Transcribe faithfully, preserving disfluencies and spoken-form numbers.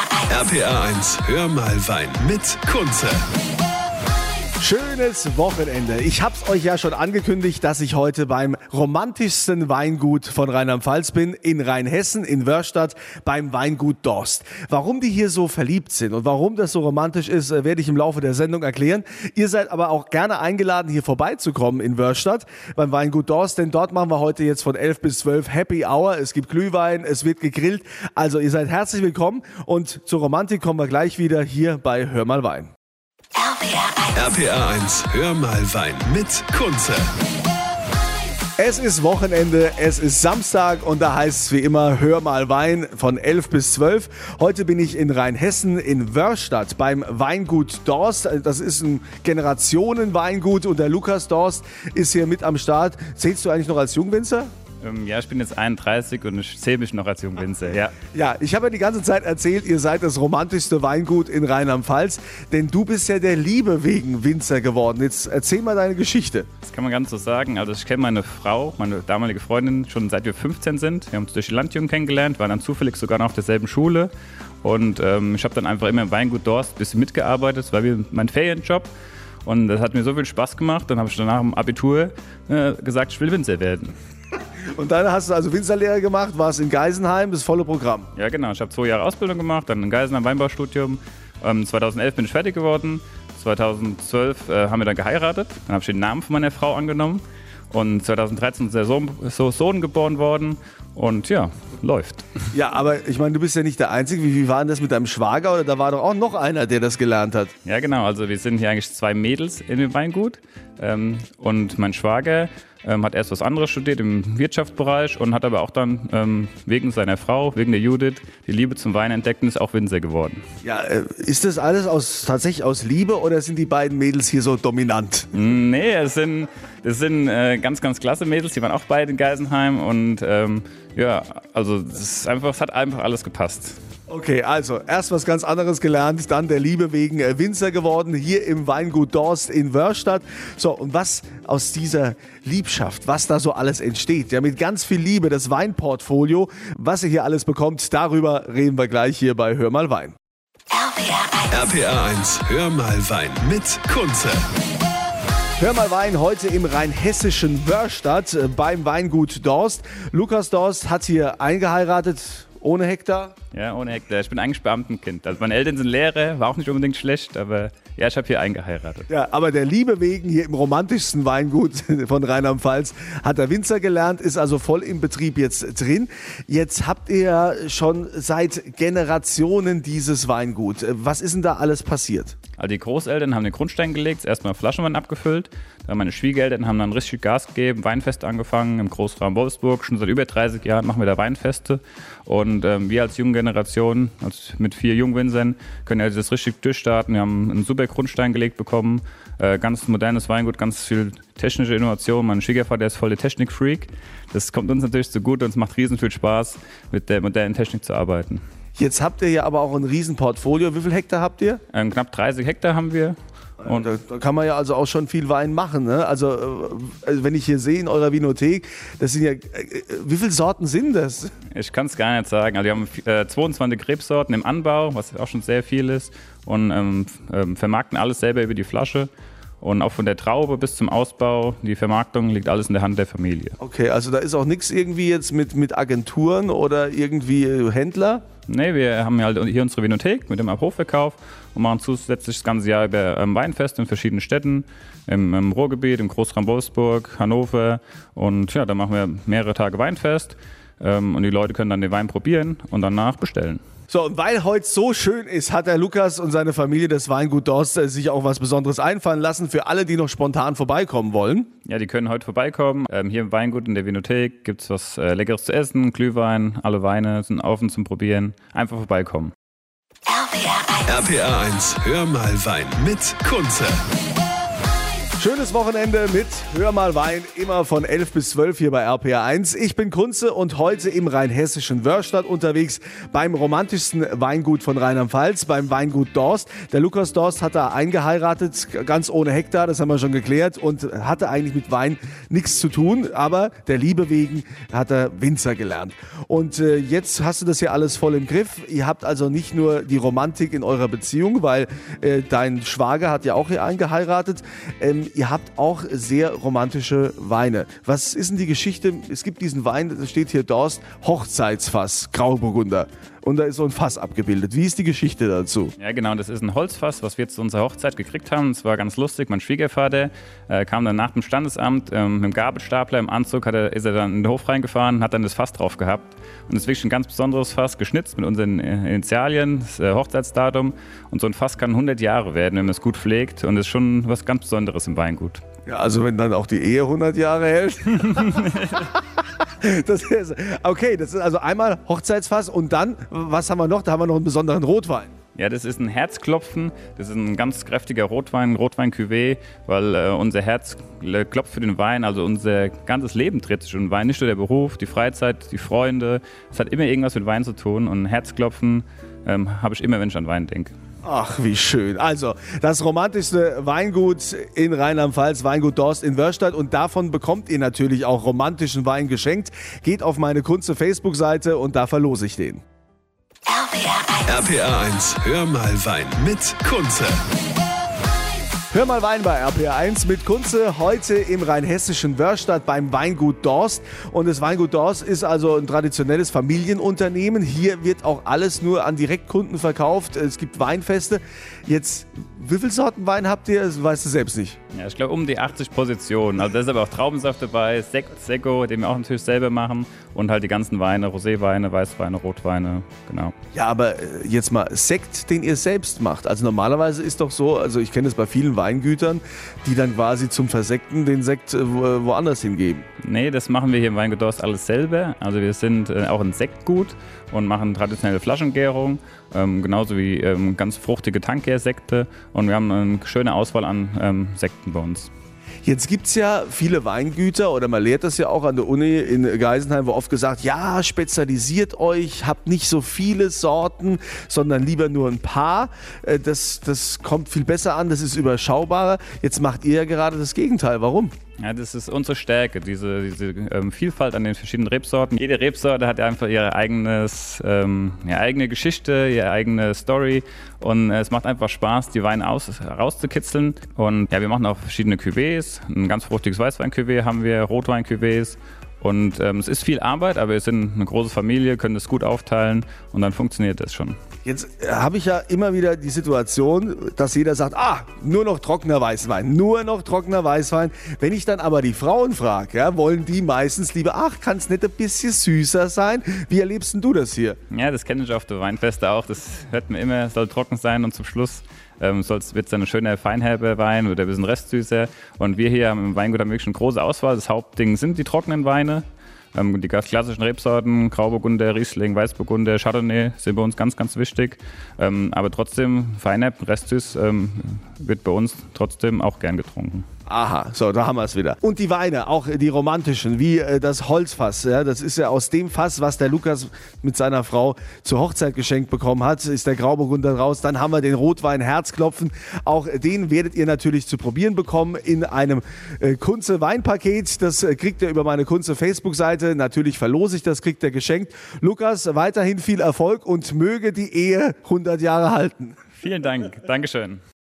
R P R eins, hör mal Wein mit Kunze. Schönes Wochenende. Ich hab's euch ja schon angekündigt, dass ich heute beim romantischsten Weingut von Rheinland-Pfalz bin, in Rheinhessen, in Wörstadt, beim Weingut Dorst. Warum die hier so verliebt sind und warum das so romantisch ist, werde ich im Laufe der Sendung erklären. Ihr seid aber auch gerne eingeladen, hier vorbeizukommen in Wörstadt beim Weingut Dorst, denn dort machen wir heute jetzt von elf bis zwölf Happy Hour. Es gibt Glühwein, es wird gegrillt. Also ihr seid herzlich willkommen und zur Romantik kommen wir gleich wieder hier bei Hör mal Wein. R P R eins, hör mal Wein mit Kunze. Es ist Wochenende, es ist Samstag und da heißt es wie immer, hör mal Wein von elf bis zwölf. Heute bin ich in Rheinhessen in Wörstadt beim Weingut Dorst. Das ist ein Generationenweingut und der Lukas Dorst ist hier mit am Start. Zählst du eigentlich noch als Jungwinzer? Ja, ich bin jetzt einunddreißig und ich zähle mich noch als Jungwinzer, ja. Ja, ich habe ja die ganze Zeit erzählt, ihr seid das romantischste Weingut in Rheinland-Pfalz, denn du bist ja der Liebe wegen Winzer geworden. Jetzt erzähl mal deine Geschichte. Das kann man ganz so sagen. Also ich kenne meine Frau, meine damalige Freundin, schon seit wir fünfzehn sind. Wir haben uns durch die Landjugend kennengelernt, waren dann zufällig sogar noch auf derselben Schule. Und ähm, ich habe dann einfach immer im Weingut Dorst ein bisschen mitgearbeitet. Das war wie mein Ferienjob. Und das hat mir so viel Spaß gemacht. Dann habe ich danach im Abitur äh, gesagt, ich will Winzer werden. Und dann hast du also Winzerlehre gemacht, warst in Geisenheim, das volle Programm. Ja, genau. Ich habe zwei Jahre Ausbildung gemacht, dann in Geisenheim Weinbaustudium. Ähm, zweitausendelf bin ich fertig geworden. zweitausendzwölf äh, haben wir dann geheiratet. Dann habe ich den Namen von meiner Frau angenommen. Und zweitausenddreizehn ist der Sohn, so Sohn geboren worden. Und ja, läuft. Ja, aber ich meine, du bist ja nicht der Einzige. Wie, wie war denn das mit deinem Schwager? Oder da war doch auch noch einer, der das gelernt hat. Ja, genau. Also wir sind hier eigentlich zwei Mädels in dem Weingut. Ähm, und mein Schwager ähm, hat erst was anderes studiert im Wirtschaftsbereich und hat aber auch dann ähm, wegen seiner Frau, wegen der Judith, die Liebe zum Wein entdeckt und ist auch Winzer geworden. Ja, äh, ist das alles aus, tatsächlich aus Liebe oder sind die beiden Mädels hier so dominant? Nee, es sind, es sind äh, ganz, ganz klasse Mädels. Die waren auch beide in Geisenheim und ähm, ja, also es ist einfach, es hat einfach alles gepasst. Okay, also erst was ganz anderes gelernt, dann der Liebe wegen äh, Winzer geworden, hier im Weingut Dorst in Wörstadt. So, und was aus dieser Liebschaft, was da so alles entsteht, ja, mit ganz viel Liebe, das Weinportfolio, was ihr hier alles bekommt, darüber reden wir gleich hier bei Hör mal Wein. R P R eins, hör mal Wein mit Kunze. Hör mal Wein heute im rheinhessischen Wörstadt äh, beim Weingut Dorst. Lukas Dorst hat hier eingeheiratet. Ohne Hektar? Ja, ohne Hektar. Ich bin eigentlich Beamtenkind. Also meine Eltern sind Lehrer, war auch nicht unbedingt schlecht, aber ja, ich habe hier eingeheiratet. Ja, aber der Liebe wegen hier im romantischsten Weingut von Rheinland-Pfalz hat er Winzer gelernt, ist also voll im Betrieb jetzt drin. Jetzt habt ihr schon seit Generationen dieses Weingut. Was ist denn da alles passiert? Also die Großeltern haben den Grundstein gelegt, erstmal Flaschenwein abgefüllt. Dann meine Schwiegereltern haben dann richtig Gas gegeben, Weinfeste angefangen im Großraum Wolfsburg. Schon seit über dreißig Jahren machen wir da Weinfeste. Und ähm, wir als junge Generation, als mit vier Jungwinzern, können ja das richtig durchstarten. Wir haben einen super Grundstein gelegt bekommen. Äh, ganz modernes Weingut, ganz viel technische Innovation. Mein Schwiegervater ist voll der Technik-Freak. Das kommt uns natürlich zugute und es macht riesen viel Spaß, mit der modernen Technik zu arbeiten. Jetzt habt ihr ja aber auch ein Riesenportfolio. Wie viel Hektar habt ihr? Ähm, knapp dreißig Hektar haben wir. Und da, da kann man ja also auch schon viel Wein machen. Ne? Also, äh, wenn ich hier sehe in eurer Vinothek, das sind ja, äh, wie viele Sorten sind das? Ich kann es gar nicht sagen. Also wir haben äh, zweiundzwanzig Rebsorten im Anbau, was auch schon sehr viel ist. Und ähm, ähm, vermarkten alles selber über die Flasche. Und auch von der Traube bis zum Ausbau, die Vermarktung liegt alles in der Hand der Familie. Okay, also da ist auch nichts irgendwie jetzt mit, mit Agenturen oder irgendwie Händler? Nee, wir haben halt hier unsere Vinothek mit dem Abhofverkauf und machen zusätzlich das ganze Jahr über ähm, Weinfeste in verschiedenen Städten, im, im Ruhrgebiet, im Großraum Wolfsburg, Hannover. Und ja, da machen wir mehrere Tage Weinfest ähm, und die Leute können dann den Wein probieren und danach bestellen. So, und weil heute so schön ist, hat der Lukas und seine Familie des Weingut Dorst sich auch was Besonderes einfallen lassen für alle, die noch spontan vorbeikommen wollen. Ja, die können heute vorbeikommen. Ähm, hier im Weingut in der Vinothek gibt es was äh, Leckeres zu essen, Glühwein, alle Weine sind offen zum Probieren. Einfach vorbeikommen. R P R eins, hör mal Wein mit Kunze. Schönes Wochenende mit Hör mal Wein, immer von elf bis zwölf hier bei R P R eins. Ich bin Kunze und heute im rheinhessischen Wörstadt unterwegs beim romantischsten Weingut von Rheinland-Pfalz, beim Weingut Dorst. Der Lukas Dorst hat da eingeheiratet, ganz ohne Hektar, das haben wir schon geklärt, und hatte eigentlich mit Wein nichts zu tun, aber der Liebe wegen hat er Winzer gelernt. Und äh, jetzt hast du das hier alles voll im Griff. Ihr habt also nicht nur die Romantik in eurer Beziehung, weil äh, dein Schwager hat ja auch hier eingeheiratet. Ähm, Ihr habt auch sehr romantische Weine. Was ist denn die Geschichte? Es gibt diesen Wein, da steht hier Dorst, Hochzeitsfass, Grauburgunder. Und da ist so ein Fass abgebildet. Wie ist die Geschichte dazu? Ja, genau, das ist ein Holzfass, was wir zu unserer Hochzeit gekriegt haben. Es war ganz lustig. Mein Schwiegervater äh, kam dann nach dem Standesamt ähm, mit dem Gabelstapler im Anzug, hat er, ist er dann in den Hof reingefahren, hat dann das Fass drauf gehabt. Und es ist wirklich ein ganz besonderes Fass, geschnitzt mit unseren äh, Initialien, das äh, Hochzeitsdatum. Und so ein Fass kann hundert Jahre werden, wenn man es gut pflegt. Und das ist schon was ganz Besonderes im Weingut. Ja, also wenn dann auch die Ehe hundert Jahre hält. Das ist, okay, das ist also einmal Hochzeitsfass und dann, was haben wir noch? Da haben wir noch einen besonderen Rotwein. Ja, das ist ein Herzklopfen. Das ist ein ganz kräftiger Rotwein, Rotwein-Cuvée, weil äh, unser Herz klopft für den Wein. Also unser ganzes Leben dreht sich um den Wein. Nicht nur der Beruf, die Freizeit, die Freunde. Es hat immer irgendwas mit Wein zu tun. Und ein Herzklopfen ähm, habe ich immer, wenn ich an Wein denke. Ach, wie schön. Also, das romantischste Weingut in Rheinland-Pfalz, Weingut Dorst in Wörstadt. Und davon bekommt ihr natürlich auch romantischen Wein geschenkt. Geht auf meine Kunze Facebook-Seite und da verlose ich den. R P R eins, Hör mal Wein mit Kunze. Hör mal Wein bei R P R eins mit Kunze, heute im rheinhessischen Wörstadt beim Weingut Dorst. Und das Weingut Dorst ist also ein traditionelles Familienunternehmen. Hier wird auch alles nur an Direktkunden verkauft. Es gibt Weinfeste. Jetzt, wie viele Sorten Wein habt ihr? Das weißt du selbst nicht. Ja, ich glaube um die achtzig Positionen. Also da ist aber auch Traubensaft dabei, Sekt, Sekko, den wir auch natürlich selber machen. Und halt die ganzen Weine, Roséweine, Weißweine, Rotweine, genau. Ja, aber jetzt mal Sekt, den ihr selbst macht. Also normalerweise ist doch so, also ich kenne es bei vielen Weingütern, die dann quasi zum Versekten den Sekt wo, woanders hingeben. Nee, das machen wir hier im Weingut Dorst alles selber. Also wir sind äh, auch ein Sektgut und machen traditionelle Flaschengärung, ähm, genauso wie ähm, ganz fruchtige Tankgärsekte. Und wir haben eine schöne Auswahl an ähm, Sekten bei uns. Jetzt gibt es ja viele Weingüter, oder man lehrt das ja auch an der Uni in Geisenheim, wo oft gesagt, ja, spezialisiert euch, habt nicht so viele Sorten, sondern lieber nur ein paar. Das, das kommt viel besser an, das ist überschaubarer. Jetzt macht ihr ja gerade das Gegenteil. Warum? Ja, das ist unsere Stärke, diese, diese ähm, Vielfalt an den verschiedenen Rebsorten. Jede Rebsorte hat einfach ihre, eigenes, ähm, ihre eigene Geschichte, ihre eigene Story und äh, es macht einfach Spaß, die Weine aus, rauszukitzeln. Und ja, wir machen auch verschiedene Cuvées, ein ganz fruchtiges Weißwein-Cuvée haben wir, Rotwein-Cuvées. Und ähm, es ist viel Arbeit, aber wir sind eine große Familie, können das gut aufteilen und dann funktioniert das schon. Jetzt habe ich ja immer wieder die Situation, dass jeder sagt, ah, nur noch trockener Weißwein, nur noch trockener Weißwein. Wenn ich dann aber die Frauen frage, ja, wollen die meistens lieber, ach, kann es nicht ein bisschen süßer sein? Wie erlebst denn du das hier? Ja, das kenne ich auf der Weinfeste auch. Das hört man immer, es soll trocken sein und zum Schluss ähm, wird es dann ein schöner feinherber Wein oder ein bisschen restsüßer. Und wir hier haben im Weingut haben wirklich eine große Auswahl. Das Hauptding sind die trockenen Weine. Die ganz klassischen Rebsorten, Grauburgunder, Riesling, Weißburgunder, Chardonnay sind bei uns ganz, ganz wichtig. Ähm, aber trotzdem, Feinherb, Restsüß ähm, wird bei uns trotzdem auch gern getrunken. Aha, so, da haben wir es wieder. Und die Weine, auch die romantischen, wie äh, das Holzfass. Ja, das ist ja aus dem Fass, was der Lukas mit seiner Frau zur Hochzeit geschenkt bekommen hat, ist der Grauburgunder raus. Dann haben wir den Rotwein Herzklopfen. Auch den werdet ihr natürlich zu probieren bekommen in einem äh, Kunze Weinpaket. Das äh, kriegt ihr über meine Kunze Facebook-Seite. Natürlich verlose ich das, kriegt ihr geschenkt. Lukas, weiterhin viel Erfolg und möge die Ehe hundert Jahre halten. Vielen Dank. Dankeschön.